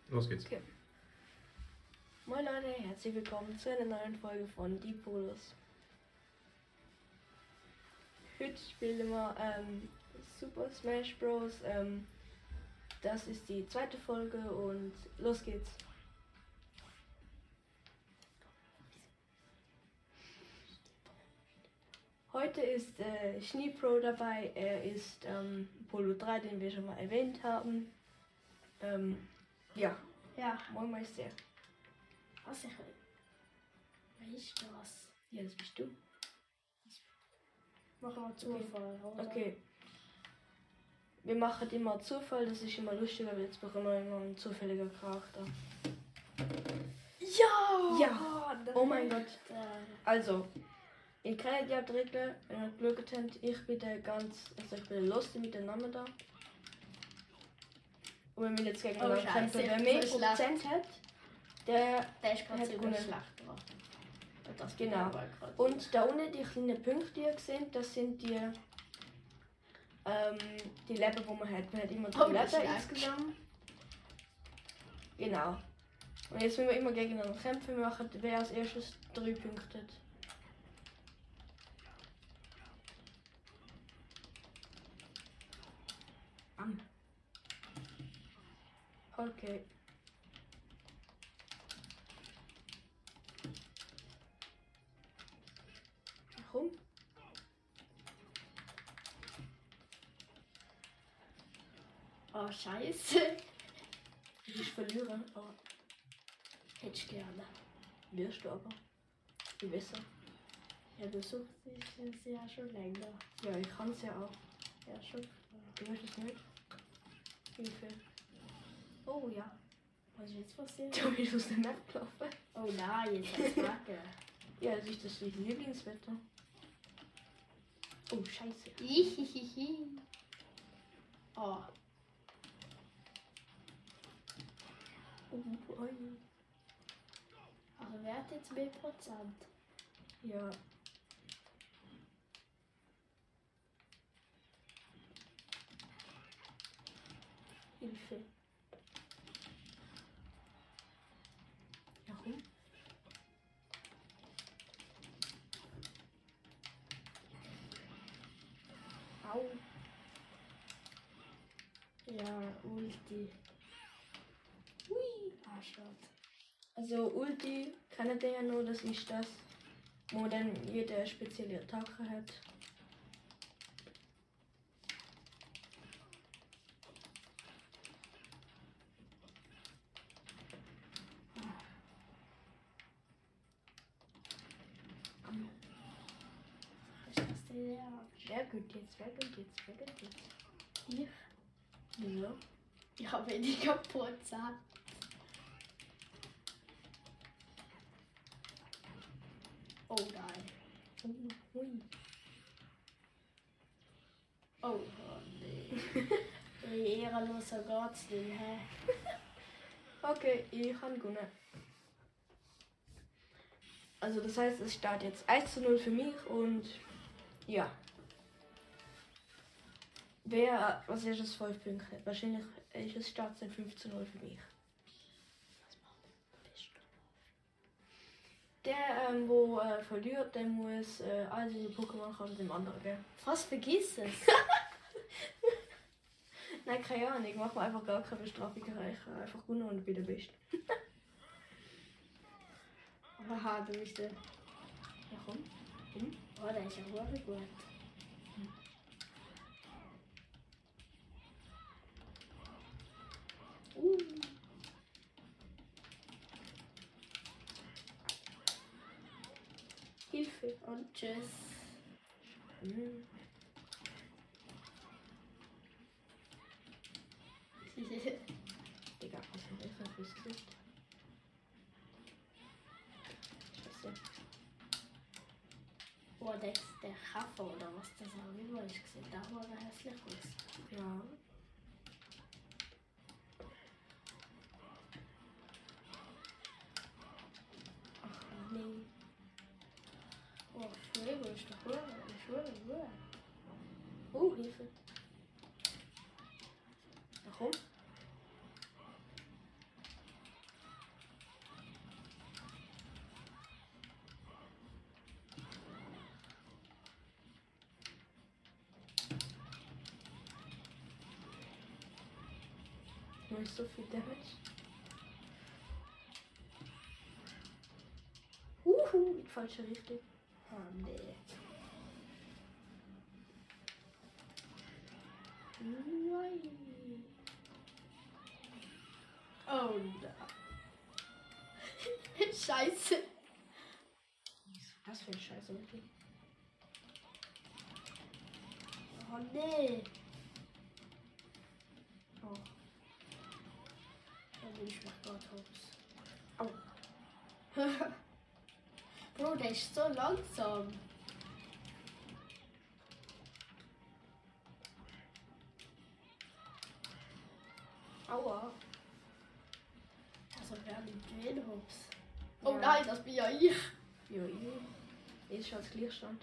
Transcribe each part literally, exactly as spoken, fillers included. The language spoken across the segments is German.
Los geht's. Okay. Moin Leute, herzlich willkommen zu einer neuen Folge von Die Polos. Heute spielen wir ähm, Super Smash Bros. Ähm, das ist die zweite Folge und los geht's. Heute ist äh, Schneepro dabei, er ist ähm, Polo drei, den wir schon mal erwähnt haben. Ähm, ja, Ja, moin Meister. was ich weißt du was? Ja, das bist du. Machen wir Zufall, oder? Okay. Wir machen immer Zufall, das ist immer lustiger, weil jetzt bekommen wir immer einen zufälligen Charakter. Ja! Ja! das Oh mein ist, Gott. Äh, Also, ihr kennt ja die Regeln, wenn ihr Glück habt, ich bin der ganz, also ich bin der Lustige mit dem Namen da. Und wenn wir jetzt gegeneinander Oh, kämpfen, Scheiße, wer ich mehr bin Prozent hat, der, der ist gerade Hat ziemlich gewonnen. schlecht gemacht. Und das Genau. bin ich aber gerade. und da unten die kleinen Punkte, die ihr seht, das sind die, ähm, die Leben, die man hat. Man hat immer drei Oh, das Leben ist insgesamt. Genau. Und jetzt müssen wir immer gegeneinander kämpfen. Wir machen, wer als erstes drei Punkte hat. Am. Okay. Warum? Oh, Scheiße. Ich verliere, aber Hätte ich gerne. wirst du aber. Du besser. Ja, du suchst dich das ja schon länger. Ja, ich kann es ja auch. Ja, schon. Du willst es nicht? Hilfe. Oh ja. Was ist jetzt passiert? Du bist aus der Map gelaufen. Oh nein, jetzt hat's Marke. Ja, das ist das Lieblingswetter. Oh, scheiße. Hihihihi. Oh. Oh, oi. Also wer hat jetzt mehr Prozent? Ja. Hilfe. Warum? Au. Ja, Ulti. Hui. Ah, schade. Also Ulti kennt ihr ja nur, das ist das, wo dann jeder spezielle Attacke hat. Ich hasse den ja. Wer gut jetzt, wer gut jetzt, wer gut jetzt? Ich? Wieso? Ich habe weniger Prozent. Oh nein. Oh, hui. Oh, oh nee. Ey, ehrenloser geht's nicht, hä? Okay, ich kann gewonnen. Also das heißt, es steht jetzt eins zu null für mich und ja. Wer was ist das fünf Punkte hat? Wahrscheinlich ist es steht es fünf zu null für mich. Der, ähm, wo äh, verliert, der muss äh, all diese Pokémon-Karten dem anderen geben. Fast vergiss es. Nein, keine Ahnung, ich mache mir einfach gar keine Bestrafung erreichen. Einfach gewonnen und bin der Beste. Aha, du bist der. Ja, komm. Hm? Oh, der ist ja wirklich gut. Uh. Hilfe. Und tschüss. Hm. Digga, was ist denn das fürs Gesicht? Scheiße. Oh, der, der Kaffee oder was das auch immer ist, sieht auch mal hässlich aus. Ja. Ach nee. Oh, Schwebe ist doch gut. Schwebe, gut. Oh, Hilfe. Warum? mache ich so viel Damage. Uhu, in die falsche Richtung. Oh nee. Nein. Oh nein. Scheiße. Was für ein Scheiß, okay. Oh nee. Oh. Da bin ich noch dort hops. Au. Bro, der ist so langsam. Aua. Also wir haben den hops. Oh Ja. nein, das bin ja ich. Ja, ich. Ist schon als Gleichstand.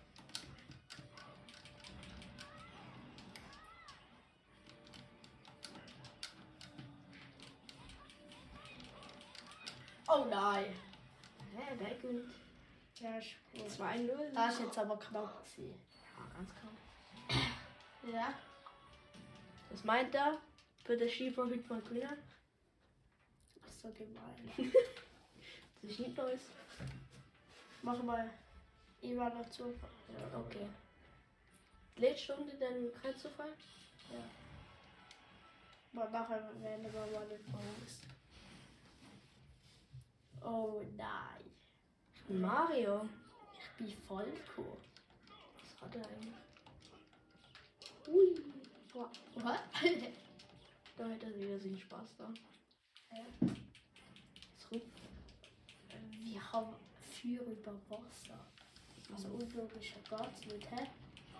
Oh nein. Hä, der gewinnt. Ja, ist gut. zwei null. Das ist jetzt aber knapp gewesen. Ja, ganz klar. Ja. Was meint er? Wird der Schiefer heute mal gewinnen? Das ist so gemein. Das ist nicht Neues. Mach mal immer noch zu. Ja, okay. Letzte Runde, dann kein Zufall? Ja. Mal nachher werden wir mal eine Pause. Oh nein. Mario. Ich bin voll cool. Was hat er eigentlich? Ui. Was? Da hat er wieder seinen Spaß da. Ja. Zurück. Wir haben Feuer über Wasser. Also unlogischer geht's nicht, hä?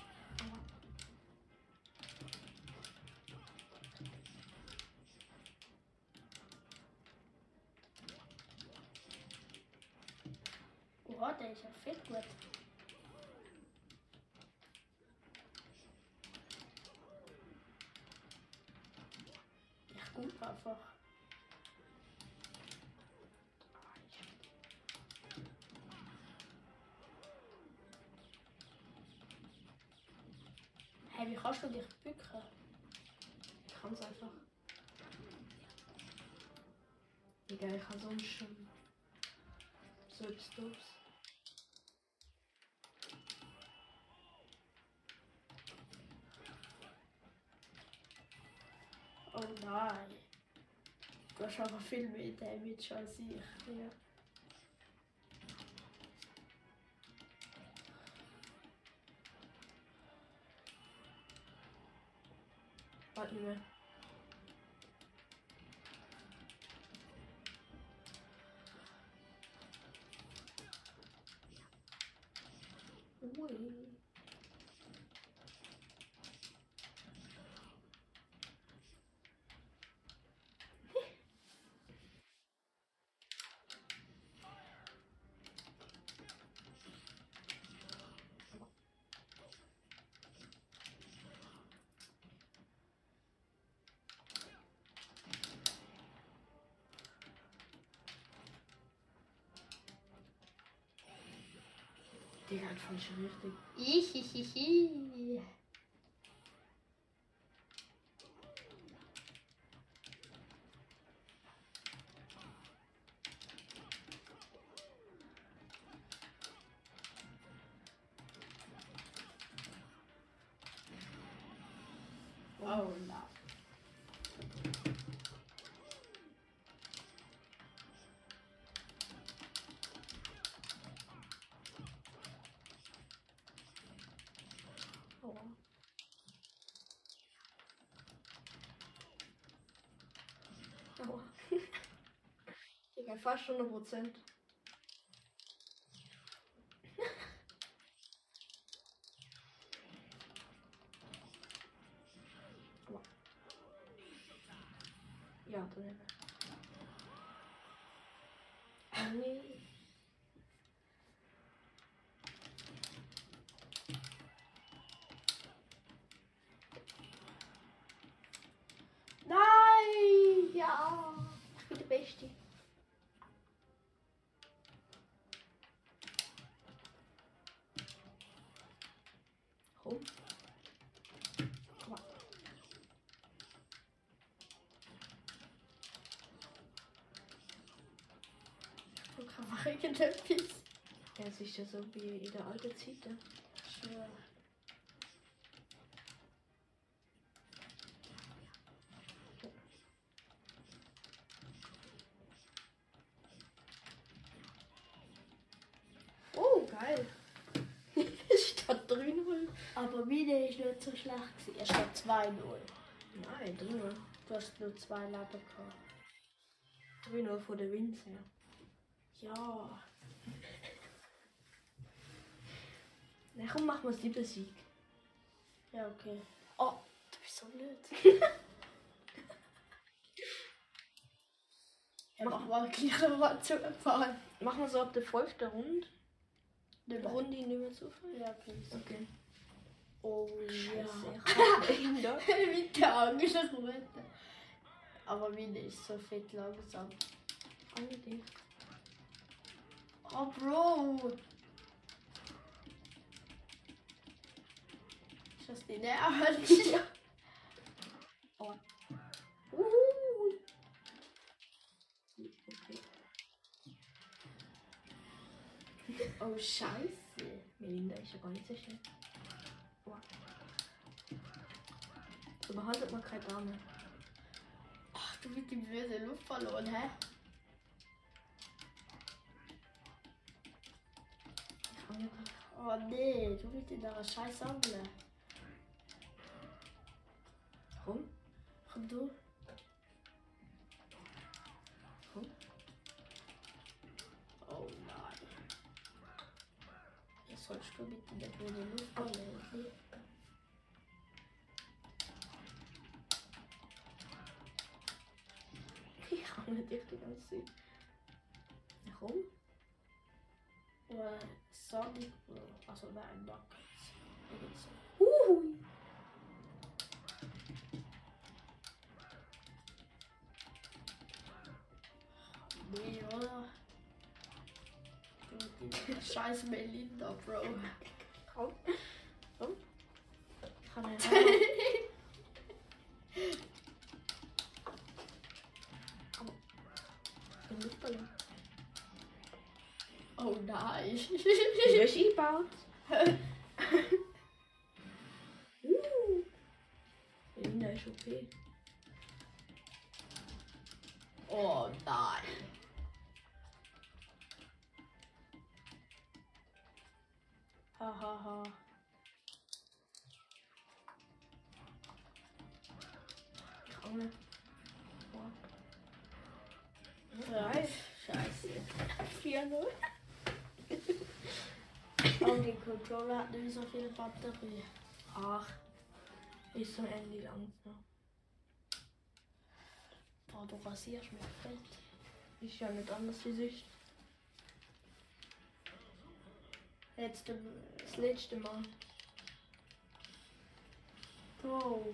Oh, der ist ja fett gut. Ich gut einfach. Hey, wie kannst du dich bücken? Ich kann es einfach. Egal, ich kann sonst schon so etwas Doofes. Oh nein. Du hast aber viel mehr Damage als ich. Ja. Warte nicht mehr. Ui. Digga, in falsche Richtung. Ihihihi. Oh nein. Aua. Aua. Digga, fast hundert Prozent. Aua. Ja, drin. Nee. Nein! Ja, ich bin der Beste. Komm. Komm mal. Einfach irgendetwas. Ja, es ist ja so wie in der alten Zeit. Ja. Schwör. Oh, geil. Statt drei null. Aber meine ist nicht so schlecht gewesen. Es steht zwei null. Nein, drei null. Du hast nur zwei Leben gehabt. drei null von der Winz her. Ja. Na komm, mach mal sieben Sieg. Ja, okay. Oh, du bist so blöd. Ja, mach mal gleich nochmal zu fahren. Machen wir so ab der fünften Runde. Nicht Die mehr. Runde nicht mehr zufallen. Ja, okay. Okay. Oh Scheiße, ja. ich kann nicht da. Mit der Angelrute. Aber meine ist so fett langsam. Alle die. Oh, Bro. Ist das die Nerven? Ja. Oh. Uhu. Okay. Oh, Scheiße. Melinda ist ja gar nicht so schön. Wow. So behandelt man keine Dame. Ach, du mit dem bösen Luftballon, hä? Ich kann nicht. Oh nee, du willst in der Scheiß sammeln. Warum? Und du? Warum? Oh nein. Jetzt sollst du mit der bösen Luftballon. Ich kann nicht dich die ganze Zeit. Warum? Oder Sonic, also nein, Knuckles. Irgend so. Uhu. Nee, oder? Du mit der scheiß Melinda, Bro. Komm. Komm. Ich kann nicht rein. Ich bin Luftballon. Oh nein. Du bist eingebaut. uh. Melinda ist okay. Oh nein. Hahaha. Ha, ha. Ich kann nicht. Ja, Nice. scheiße. vier null. Oh, der Controller hat nicht so viel Batterie. Ach. Bis zum Ende langsam. Boah, du rasierst mich fett. Ist ja nicht anders wie sonst. Jetzt ähm, Das letzte Mal. Bro.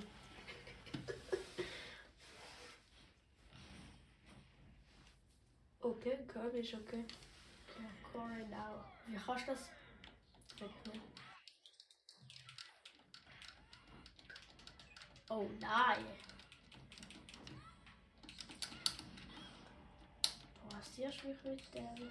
Okay, Kirby ist okay. Ja, Corey now. Wie kannst du das? Rechnen. Oh nein. Du rasierst mich mit dem.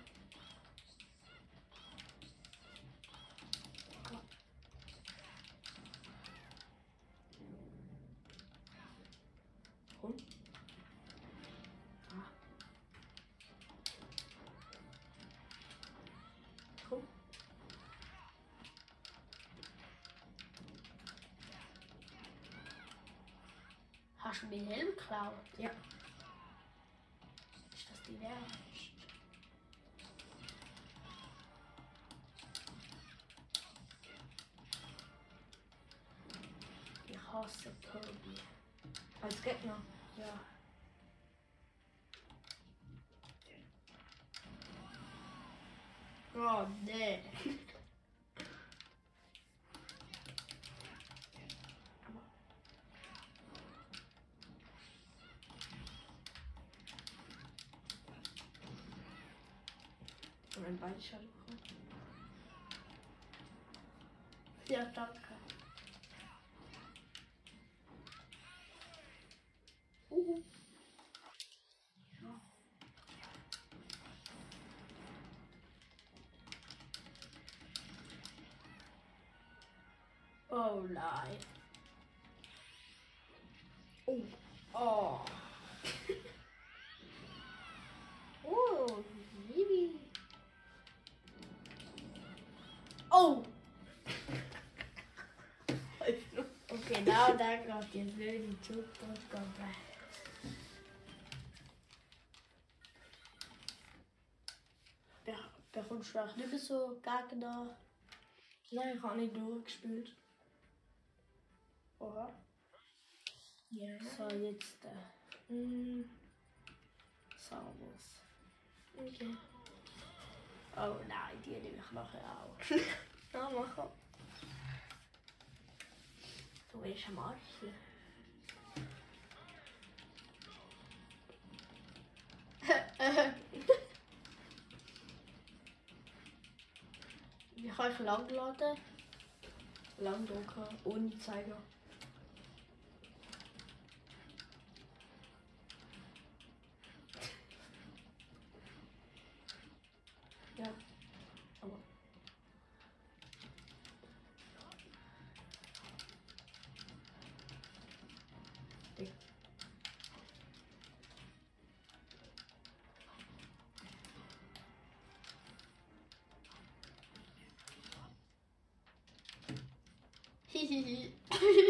Warum? Ah. Warum? Hast du meinen Helm geklaut? Ja. Ist das die Ernst? Ich hasse Kirby. Als Gegner. Ja. Oh nee. Und ein Beinschall bekommen. Ja, danke. Uhu. Oh nein. Oh. Oh. Oh, Vivi. Oh. Okay, nou daar gaat je really toe terugkomen. Bei Rundschlag nicht mehr so gar genau. Nein, ich habe nicht durchgespielt. Oha. Ja. So, jetzt äh, Mm, Samus. okay. Oh nein, die nehme ich nachher auch. Ja, machen. Du bist am Arsch. Wie kann ich lang laden? Lang drücken, ohne Zeiger. Ja. Aber. Dick. Hihihi.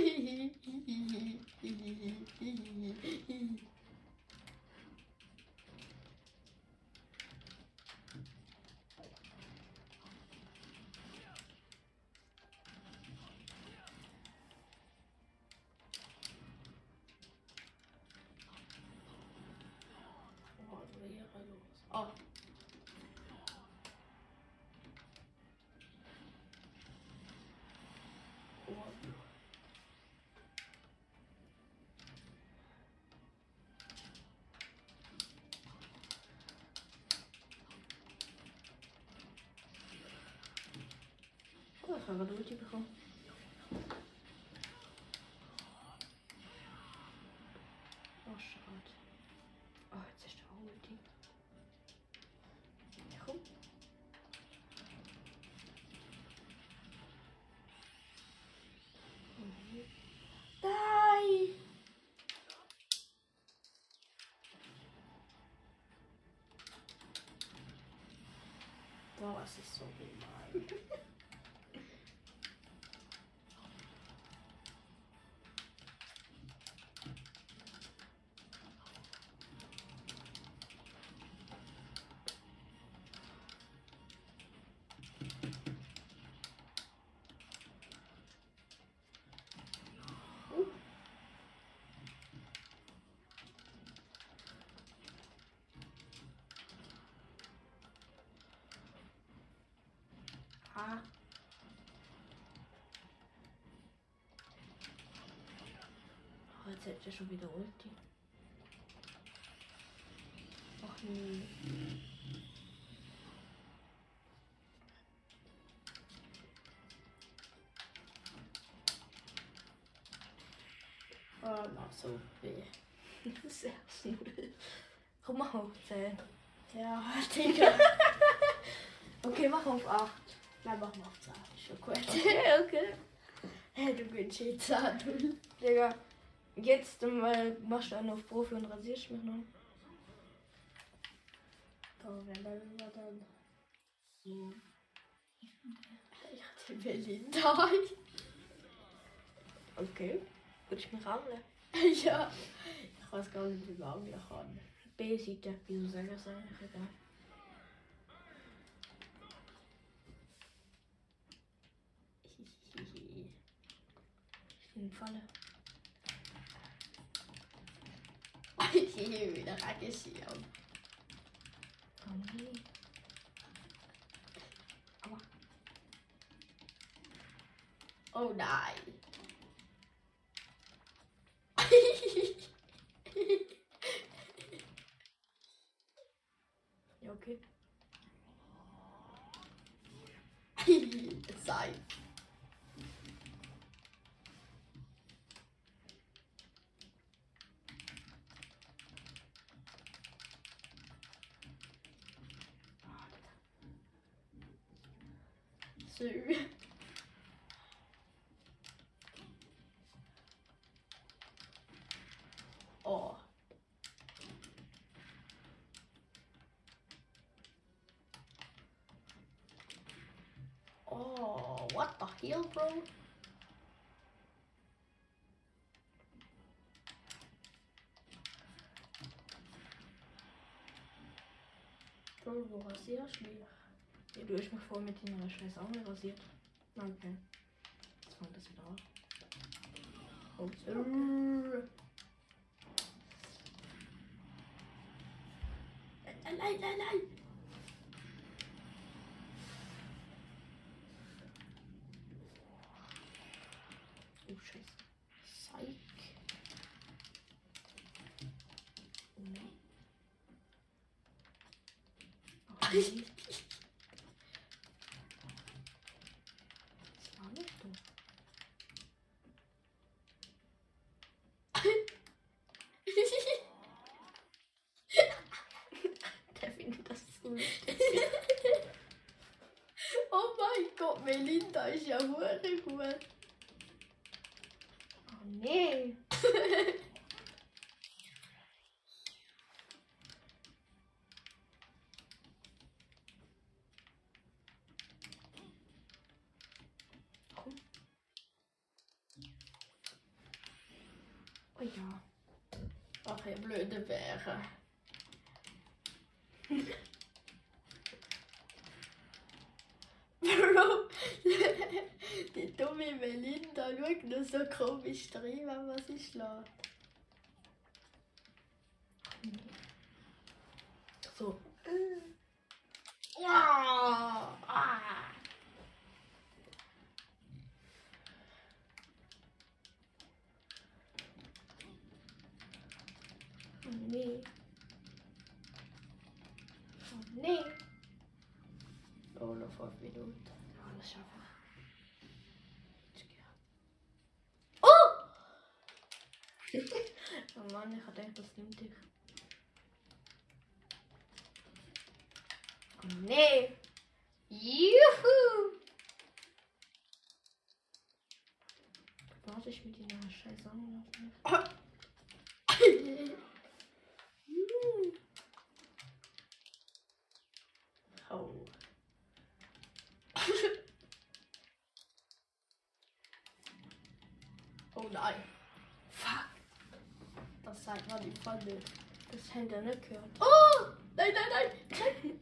Oh, was wäre hier los? Oh. Oh. Oh, ich habe gerade Ulti bekommen. Oh, schade. Oh, jetzt ist der Ulti. Ja, komm. Nein! Boah, es ist so gemein. Ah. Oh, jetzt hat er schon wieder Ulti. Ach nee. Oh, noch so weh. sechs null. Komm, mach auf zehn. Ja, Digga. Okay, mach auf acht. Nein, mach mal auf zehn. Ist schon gut. Okay, okay. Hey, du bist jetzt zehn. Digga, jetzt mal machst du einen auf Profi und rasierst mich noch. Da werden wir dann. So. Ich hatte Belinda. Okay. Willst du mich anlegen? Ja. Ich weiß gar nicht, wie lange ich kann. B-Seite. Wieso sagen wir es eigentlich egal? Ich bin Falle. Ich gehe wieder reingesiert. Oh nee. Aua. Oh nein. Ja, okay. Sei. So. What the hell, Bro? Bro, du rasierst mich. Ja, du hast mich vorher mit deiner scheiß Augen rasiert. Okay. Jetzt fängt das wieder an. Oh, Äh, Nein, nein, nein, nein. oh scheiße. Psych. Oh nee. Oh, nee. Das war nicht doof. Der findet das so lustig. Oh mein Gott, Melinda ist ja hure gut. Oh nee. Komm. Oh ja. Ach, ihr blöde Bäre. Bro, die dumme Melinda schaut nur so komisch rein, wenn man sie schlägt. So. Ja. Ah. Oh nee. Oh nee. Oh, noch fünf Minuten. Ja, das schaffen wir. Oh! Oh Mann, ich hatte gedacht, das nimmt dich. Oh nee. Juhu! Warte ich mit deiner scheiß Augen auf mich. Oh. Oh nein. Fuck. Das sagt man die Pfanne. Das hätte er nicht gehört. Oh! Nein, nein, nein! Nein.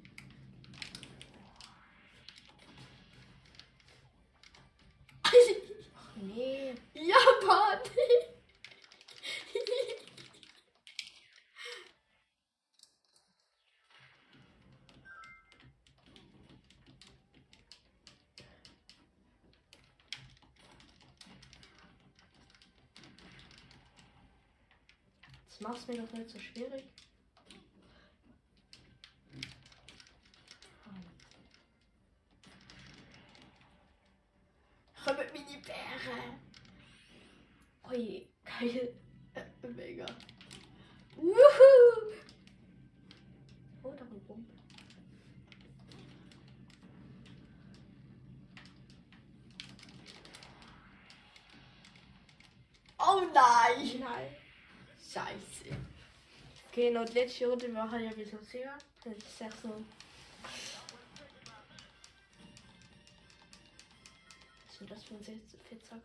Ach nee. Ja, Party! Das machst mir doch nicht so schwierig. Komm mit meine Bäre! Ui, geil. Äh, mega. Wuhu! Oh, da kommt rum. Oh nein! Nein. Scheiße. Okay, noch die letzte Runde machen ja wie so sehr. Das ist echt so. Was ist das für ein Fettsack?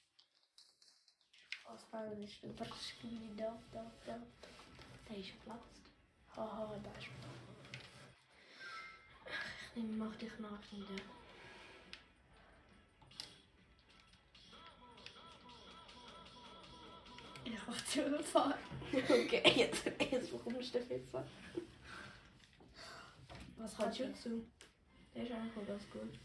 Was war das? Das Spiel da, da, da. Der ist geplatzt. Haha, da ist Ich nehme, mach dich nach wieder. Ich mach zu fahren. Okay, jetzt, jetzt warum ist der Fettsack? Was Hat hat schon zu. Der ist einfach ganz gut.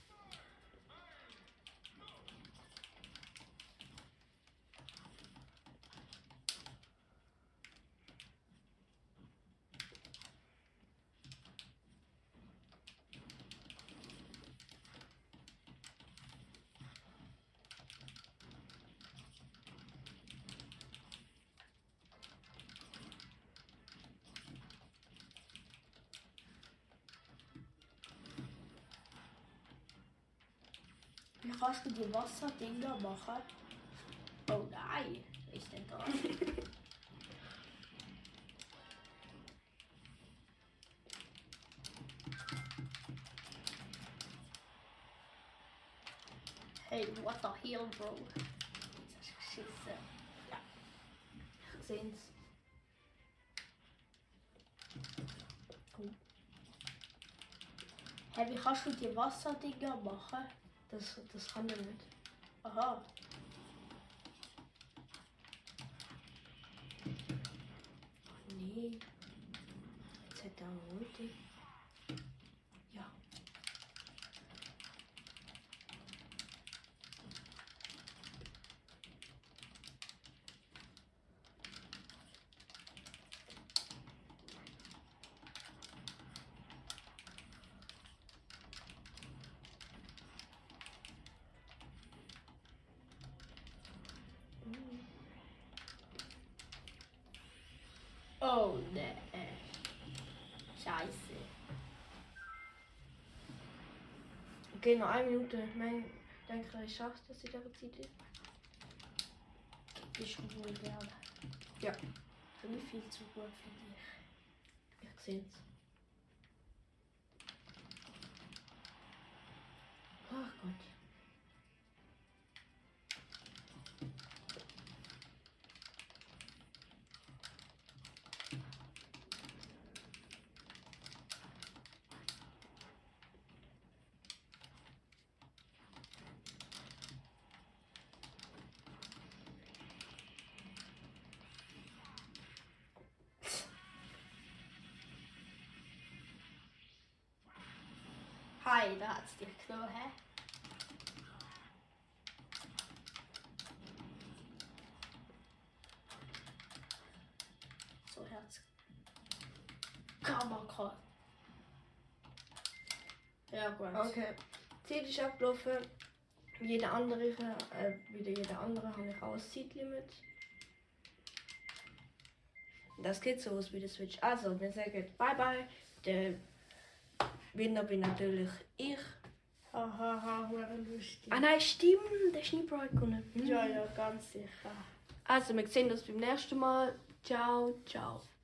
Wie kannst du die Wasserdinger machen? Oh nein, was ist denn da? Ey, what the hell, Bro? Das ist geschissen. Ja. Ich seh's. Hey, wie kannst du die Wasserdinger machen? Das, das kann er nicht. Aha. Nee. Jetzt hat er eine Ulti. Ja. Oh, ne. Scheiße. Okay, noch eine Minute. Ich meine, ich denke, ich schaffe das in dieser Zeit. Bist du wohl gerne? Ja. Für mich viel zu gut für dich. Ich seh's. Ach Gott. Hi, da hat's dich genommen, hä? So, Herz. Kamera. Ja, gut. Okay. Zeit ist abgelaufen. Jeder andere, äh, wieder jeder andere habe ich auch ein Zeitlimit. Das geht so aus wie der Switch. Also, wir sagen bye bye. Der Winner bin natürlich ich. Hahaha, wäre lustig. Ah nein, stimmt, der Schneebro hat gewonnen. Ja, ja, ganz sicher. Also, wir sehen uns beim nächsten Mal. Ciao, ciao.